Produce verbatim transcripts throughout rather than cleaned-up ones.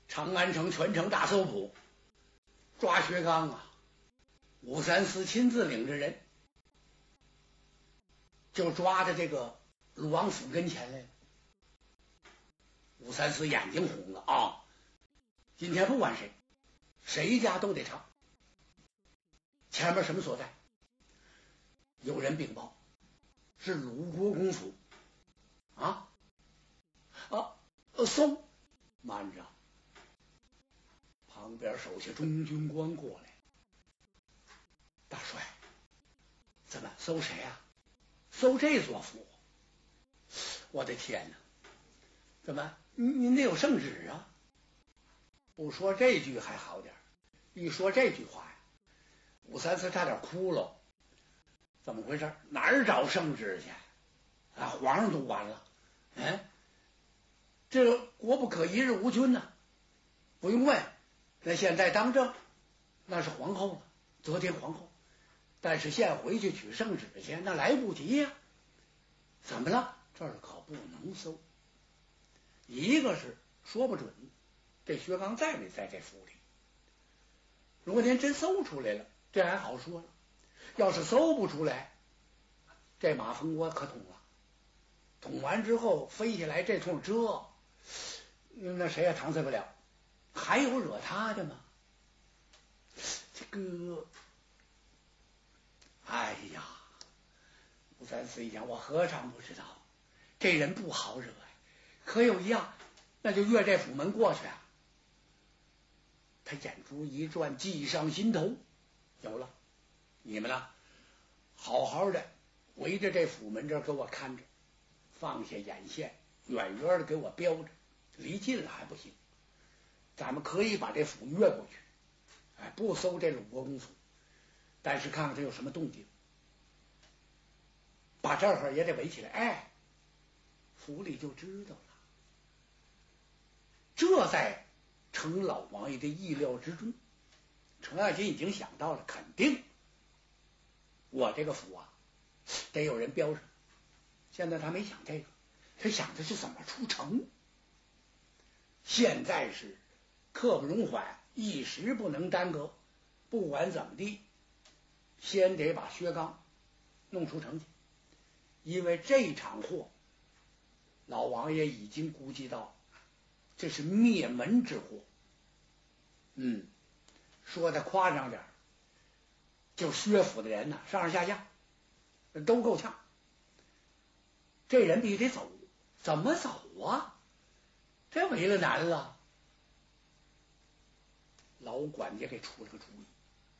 长安城全城大搜捕，抓薛刚啊！武三思亲自领着人，就抓到这个鲁王府跟前来了。武三思眼睛红了啊！今天不管谁，谁家都得查。前面什么所在？有人禀报，是鲁国公府啊啊！呃，搜，慢着！旁边手下中军官过来，大帅，怎么搜谁啊？搜这座府？我的天哪！怎么您您得有圣旨啊？不说这句还好点，一说这句话呀，武三思差点哭了。怎么回事？哪儿找圣旨去？啊，皇上都完了。嗯，这国不可一日无君呐、啊，不用问。那现在当政那是皇后了，则天皇后。但是现回去取圣旨去，那来不及呀、啊。怎么了？这儿可不能搜。一个是说不准这薛刚在没在这府里。如果您真搜出来了，这还好说了。要是搜不出来，这马蜂窝可捅了。捅完之后飞下来这通蛰，那谁也搪塞不了。还有惹他的吗？这个，哎呀，武三思一想，我何尝不知道这人不好惹呀、啊？可有一样，那就越这府门过去啊。他眼珠一转，计上心头，有了，你们呢，好好的围着这府门这儿给我看着，放下眼线，远远的给我标着，离近了还不行。咱们可以把这府越过去，哎，不搜这鲁国公府，但是看看他有什么动静，把这儿也得围起来，哎，府里就知道了。这在程老王爷的意料之中，程咬金已经想到了，肯定我这个府啊得有人标上。现在他没想这个，他想的是怎么出城。现在是刻不容缓，一时不能耽搁。不管怎么地，先得把薛刚弄出城去，因为这场祸老王爷已经估计到，这是灭门之祸。嗯，说的夸张点，就薛府的人呐、啊，上上下下都够呛。这人必须得走，怎么走啊？这为了难了。老管家给出了个主意，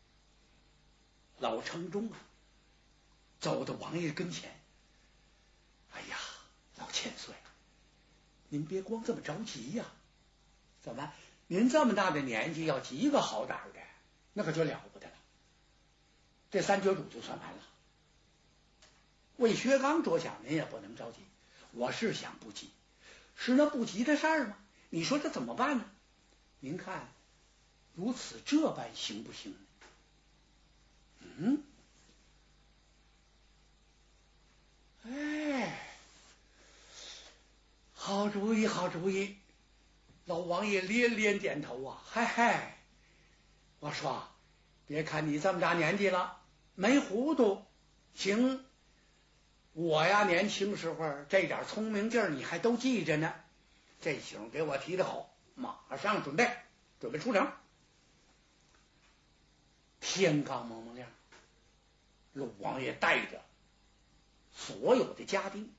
老程忠啊，走到王爷跟前，哎呀，老千岁，您别光这么着急呀、啊！怎么，您这么大的年纪，要急个好歹的，那可就了不得了。这三绝主就算完了。为薛刚着想，您也不能着急。我是想不急，是那不急的事儿吗？你说这怎么办呢？您看，如此这般行不行呢？嗯，哎，好主意，好主意！老王爷连连点头啊，嗨嗨，我说，别看你这么大年纪了，没糊涂，行。我呀，年轻时候这点聪明劲儿你还都记着呢。这醒给我提得好，马上准备，准备出城。天刚蒙蒙亮，鲁王爷带着所有的家丁，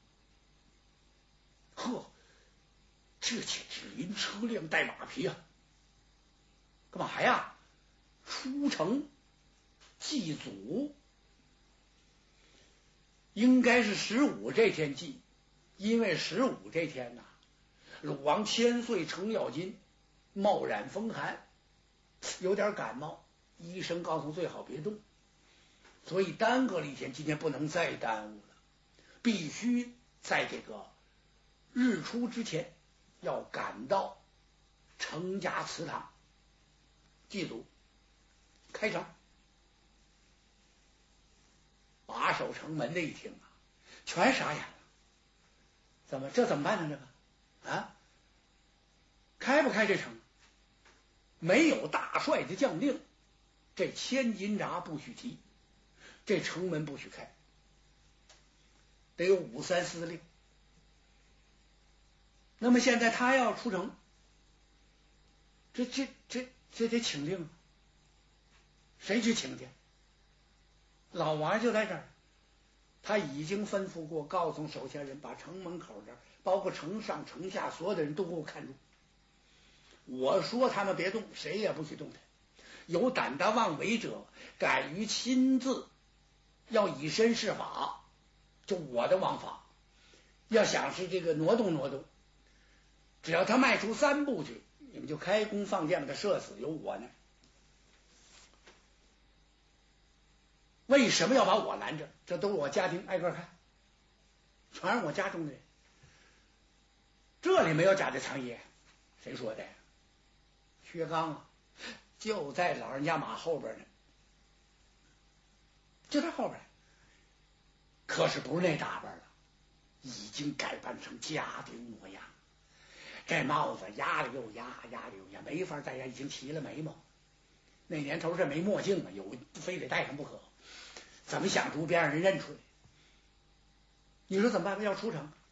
呵，这且只因车辆带马匹啊，干嘛呀？出城祭祖。应该是十五这天祭，因为十五这天呐、啊，鲁王千岁程咬金冒染风寒，有点感冒，医生告诉最好别动，所以耽搁了一天，今天不能再耽误了，必须在这个日出之前要赶到程家祠堂祭祖开城。把守城门的一听啊，全傻眼了。怎么这怎么办呢？这个啊，开不开这城？ 没有大帅的将令，这千斤闸不许提，这城门不许开，得有武三司令。那么现在他要出城，这这这这得请令，谁去请去？老王就在这儿，他已经吩咐过，告诉手下人把城门口这儿，包括城上城下所有的人都给我看住。我说他们别动，谁也不许动他。有胆大妄为者，敢于亲自要以身试法，就我的王法，要想是这个挪动挪动，只要他迈出三步去，你们就开弓放箭把他射死，有我呢。为什么要把我拦着？这都是我家庭，挨个看，全是我家中的人。这里没有假的藏掖，谁说的？薛刚啊，就在老人家马后边呢，就在后边。可是不是那打扮了，已经改扮成家丁模样。这帽子压了又压，压了又压，没法再压，已经齐了眉毛。那年头这没墨镜啊，有非得戴上不可。怎么想出别让人认出来？你说怎么办？要出城，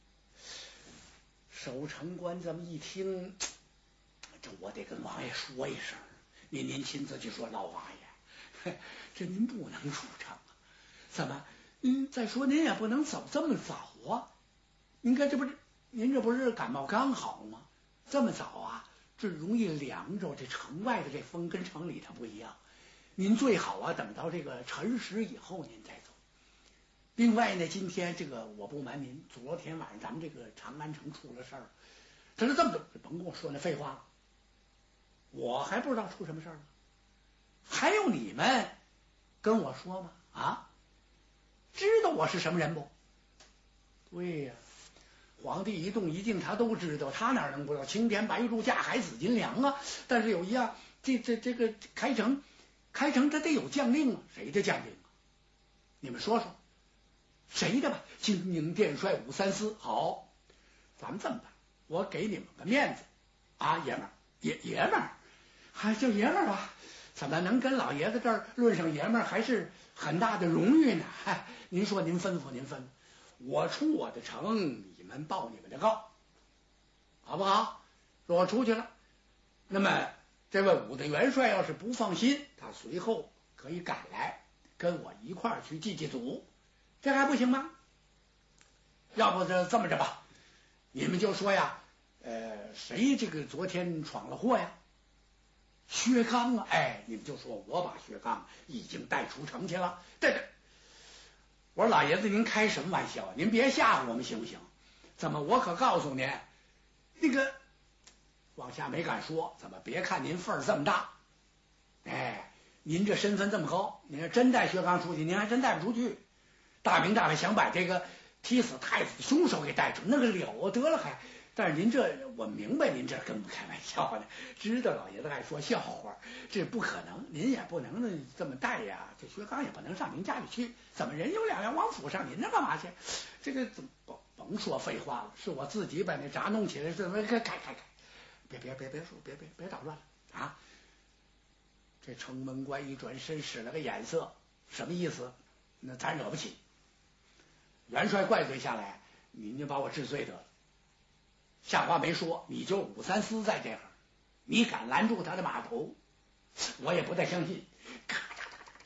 守城官这么一听，这我得跟王爷说一声，您您亲自去说，老王爷，这您不能出城啊！怎么？嗯，再说您也不能走这么早啊！您看这不是您这不是感冒刚好吗？这么早啊，这容易凉着。这城外的这风跟城里它不一样。您最好啊，等到这个辰时以后您再走。另外呢，今天这个我不瞒您，昨天晚上咱们这个长安城出了事儿。他说这么多，甭跟我说那废话了，我还不知道出什么事儿了，还有你们跟我说吗？啊，知道我是什么人不？对呀，皇帝一动一静他都知道，他哪能不知道？青天白玉柱架海紫金梁啊！但是有一样，这这这个开城。开城他得有将令啊，谁的将令啊？你们说说，谁的吧？金陵殿帅武三思。好，咱们这么办，我给你们个面子啊，爷们儿，爷爷们儿，还叫爷们儿吧？怎么能跟老爷子这儿论上爷们儿，还是很大的荣誉呢？嗨，您说您吩咐您吩咐，我出我的城，你们报你们的告，好不好？说我出去了，那么这位武的元帅要是不放心，他随后可以赶来跟我一块儿去祭祭祖，这还不行吗？要不这这么着吧，你们就说呀，呃，谁这个昨天闯了祸呀？薛刚啊，哎，你们就说我把薛刚已经带出城去了。对对，我说老爷子您开什么玩笑？您别吓唬我们行不行？怎么我可告诉您，那个。往下没敢说，怎么别看您份儿这么大，哎，您这身份这么高，您要真带薛刚出去，您还真带不出去。大明大白想把这个踢死太子的凶手给带出，那个了得了还。但是您这我明白，您这跟不开玩笑呢，知道老爷子爱说笑话，这不可能，您也不能这么带呀。这薛刚也不能上您家里去，怎么人有两样往府上，您那干嘛去？这个怎么甭说废话了，是我自己把那闸弄起来，这开开开开。别别别别说，别别别捣乱了啊！这城门官一转身使了个眼色，什么意思？那咱惹不起。元帅怪罪下来，您就把我治罪得了。下话没说，你就武三思在这儿，你敢拦住他的马头，我也不太相信。咔嚓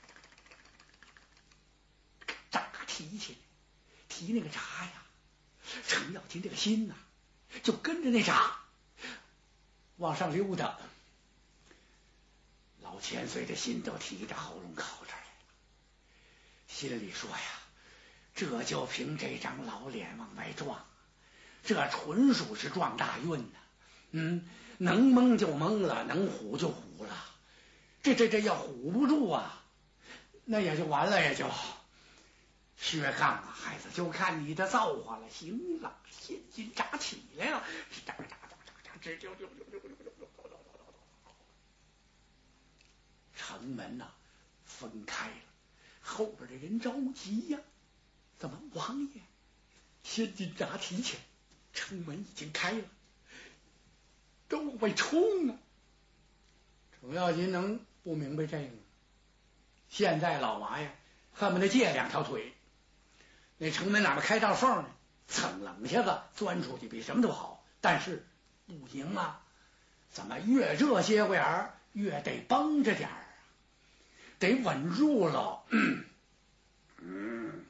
嚓嚓嚓提起来，提那个闸呀，程咬金这个心呐、啊，就跟着那闸往上溜达，老千岁的心都提着喉咙口这儿来了，心里说呀，这就凭这张老脸往外撞，这纯属是撞大运呐、啊！嗯，能蒙就蒙了，能唬就唬了，这这这要唬不住啊，那也就完了，也就薛刚啊，孩子，就看你的造化了。行了，千斤闸起来了，闸闸闸闸闸，直就就就就就就城门呐、啊、分开了，后边的人着急呀、啊，怎么王爷？千斤闸提起来，城门已经开了，都往外冲啊！ 程咬金能不明白这个？现在老王爷恨不得借两条腿，那城门哪么开道缝呢？蹭冷下子钻出去比什么都好。但是不行啊，怎么越这些个眼儿越得绷着点儿啊，得稳住了。嗯，嗯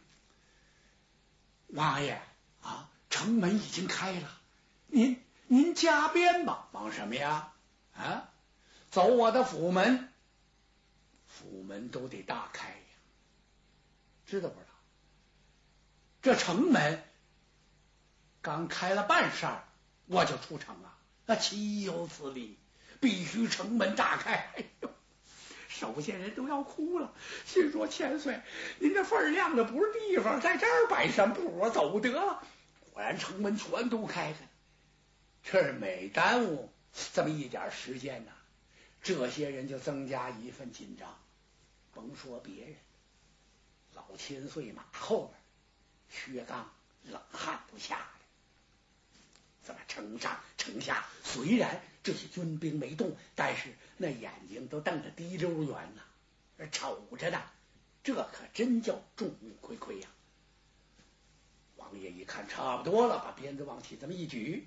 王爷啊，城门已经开了，您您加鞭吧。忙什么呀？啊，走我的府门，府门都得大开呀，知道不知道？这城门刚开了半扇，我就出城啊，那岂有此理！必须城门大开。哎呦，手下人都要哭了，心说千岁，您这份量的不是地方，在这儿摆什么谱啊？走得了。果然城门全都开开，这每耽误这么一点时间呢、啊，这些人就增加一份紧张。甭说别人，老千岁马后边，薛刚冷汗不下来。怎么城上城下虽然这些军兵没动，但是那眼睛都瞪得滴溜圆呐、啊，瞅着呢，这可真叫众目睽睽呀。王爷一看差不多了，把鞭子往起这么一举，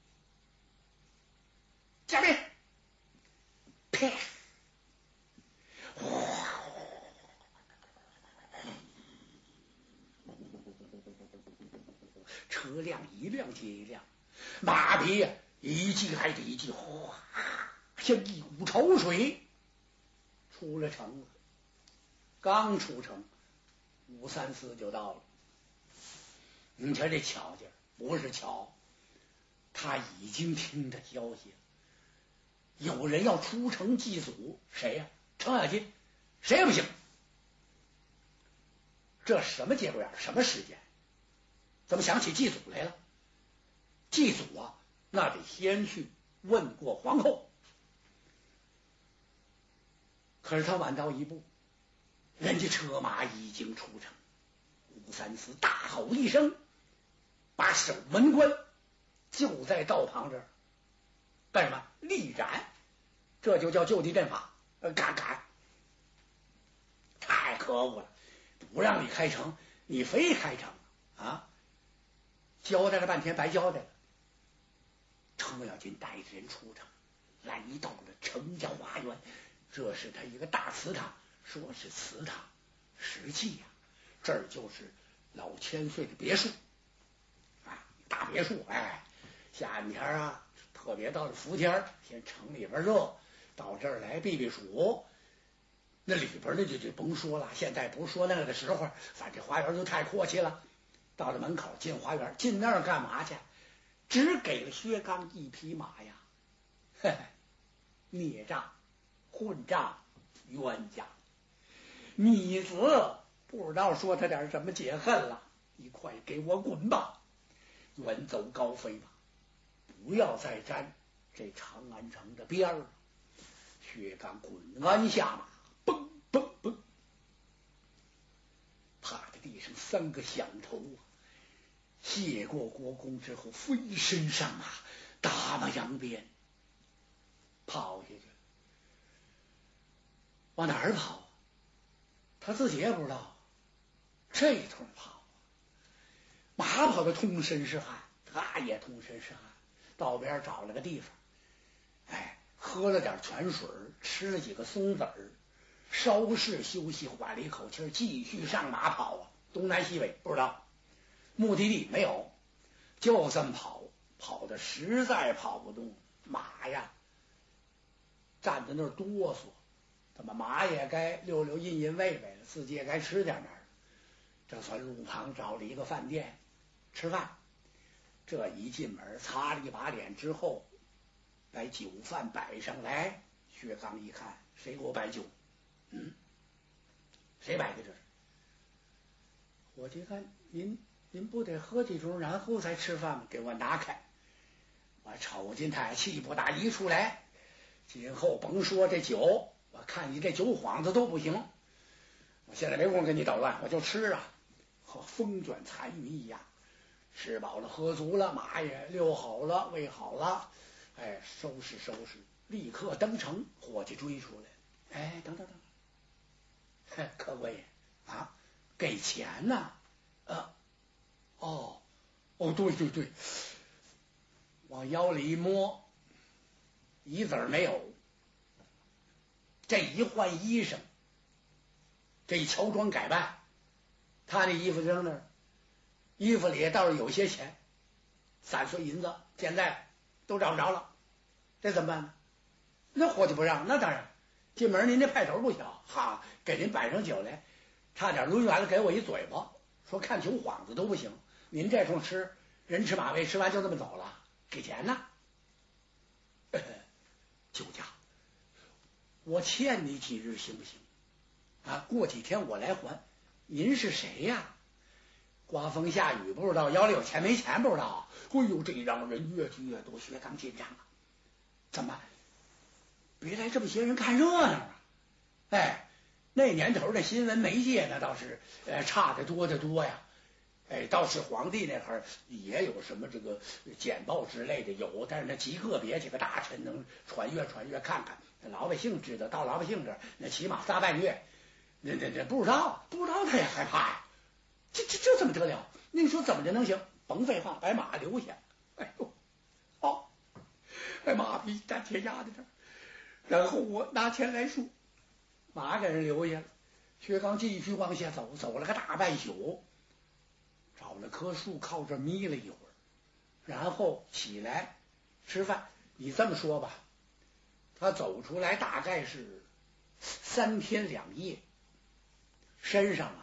加鞭，啪，车辆一辆接一辆，马匹呀一记还得一记，哗，像一股潮水出了城了。刚出城，武三思就到了。你瞧这巧劲儿，不是巧，他已经听着消息了，有人要出城祭祖。谁呀、啊？程咬金，谁也不行。这什么节骨眼，什么时间？怎么想起祭祖来了？祭祖啊，那得先去问过皇后。可是他晚到一步，人家车马已经出城。武三思大吼一声，把守门官就在道旁这儿干什么？力斩，这就叫就地正法。赶赶，太可恶了！不让你开城，你非开城啊！交代了半天，白交代了。程咬金带着人出城，来到了程家花园。这是他一个大祠堂，说是祠堂，实际呀、啊，这儿就是老千岁的别墅啊，大别墅。哎，夏天啊，特别到了伏天，先城里边热，到这儿来避避暑。那里边呢就就甭说了，现在不是说那个的时候，反正这花园就太阔气了。到了门口进花园，进那儿干嘛去？只给了薛刚一匹马呀！嘿嘿，孽障、混账、冤家，你子不知道说他点什么解恨了，你快给我滚吧，远走高飞吧，不要再沾这长安城的边儿。薛刚滚鞍下马，嘣嘣嘣，趴在地上三个响头啊！谢过国公之后，飞身上马，打马扬鞭，跑下去。往哪儿跑？他自己也不知道。这通跑，马跑的通身是汗，他也通身是汗。道边找了个地方，哎，喝了点泉水，吃了几个松子儿，稍事休息，缓了一口气，继续上马跑啊。东南西北不知道，目的地没有，就这么跑，跑的实在跑不动，马呀站在那儿哆嗦。怎么马也该溜溜印印喂喂了，自己也该吃点点。这算路旁找了一个饭店吃饭。这一进门，擦了一把脸之后，把酒饭摆上来。薛刚一看，谁给我摆酒？嗯，谁摆的这是？伙计看您您不得喝几盅然后才吃饭吗？给我拿开！我瞅见他气不打一处来。今后甭说这酒，我看你这酒幌子都不行。我现在没工夫跟你捣乱，我就吃啊，和风卷残云一样。吃饱了喝足了，马也遛好了喂好了，哎，收拾收拾， 立刻登城，伙计追出来。哎，等等等，客官爷啊，给钱呢？呃，哦，哦，对对对，往腰里一摸，一子儿没有。这一换衣裳，这一乔装改扮，他那衣服扔那儿，衣服里倒是有些钱，三碎银子，现在都找不着了，这怎么办呢？那伙计不让，那当然，进门您这派头不小，哈，给您摆上酒来，差点抡圆了给我一嘴巴，说看酒幌子都不行，您这通吃，人吃马喂，吃完就这么走了，给钱呢？呃、酒家，我欠你几日行不行？啊，过几天我来还。您是谁呀？刮风下雨不知道，腰里有钱没钱不知道。哎呦，这让人越聚越多，薛刚紧张了。怎么？别来这么些人看热闹啊！哎，那年头的新闻媒介呢，倒是呃差得多得多呀。哎，倒是皇帝那会儿也有什么这个简报之类的有，但是那极个别几个大臣能传阅传阅看看，老百姓知道，到老百姓这儿那起码仨半月，那那那不知道不知道他也害怕呀。这这这怎么得了？你说怎么着能行？甭废话，把马留下。哎呦，好，把马匹站铁架在这儿，然后我拿钱来赎，马给人留下了。薛刚继续往下走，走了个大半宿，找了棵树靠这眯了一会儿，然后起来吃饭。你这么说吧，他走出来大概是三天两夜，身上啊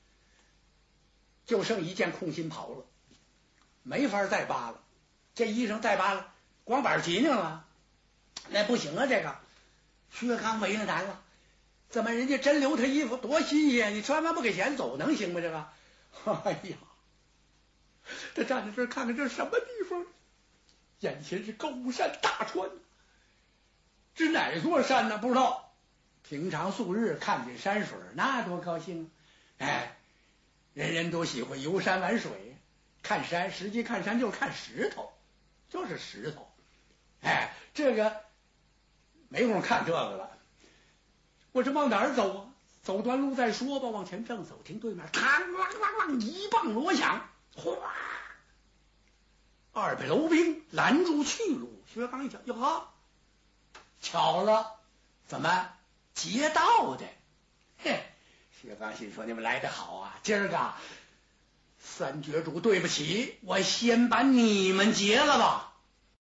就剩一件空心袍了，没法再扒了。这衣裳再扒了，光板脊梁了，那不行啊！这个薛刚为了难了，怎么人家真留他衣服多新鲜？你穿完不给钱走能行吗？这个，哎呀，他站在这儿看看这是什么地方？眼前是高山大川，这哪座山呢？不知道。平常素日看见山水，那多高兴！哎。人人都喜欢游山玩水，看山，实际看山就是看石头，就是石头。哎，这个没工夫看这个了。我这往哪儿走啊？走段路再说吧。往前正走，听对面嘡啷啷啷一棒锣响，哗，二百楼兵拦住去路。薛刚一瞧，哟呵，巧了，怎么劫道的？嘿。薛刚心说：“你们来得好啊！今儿个三绝主，对不起，我先把你们劫了吧。”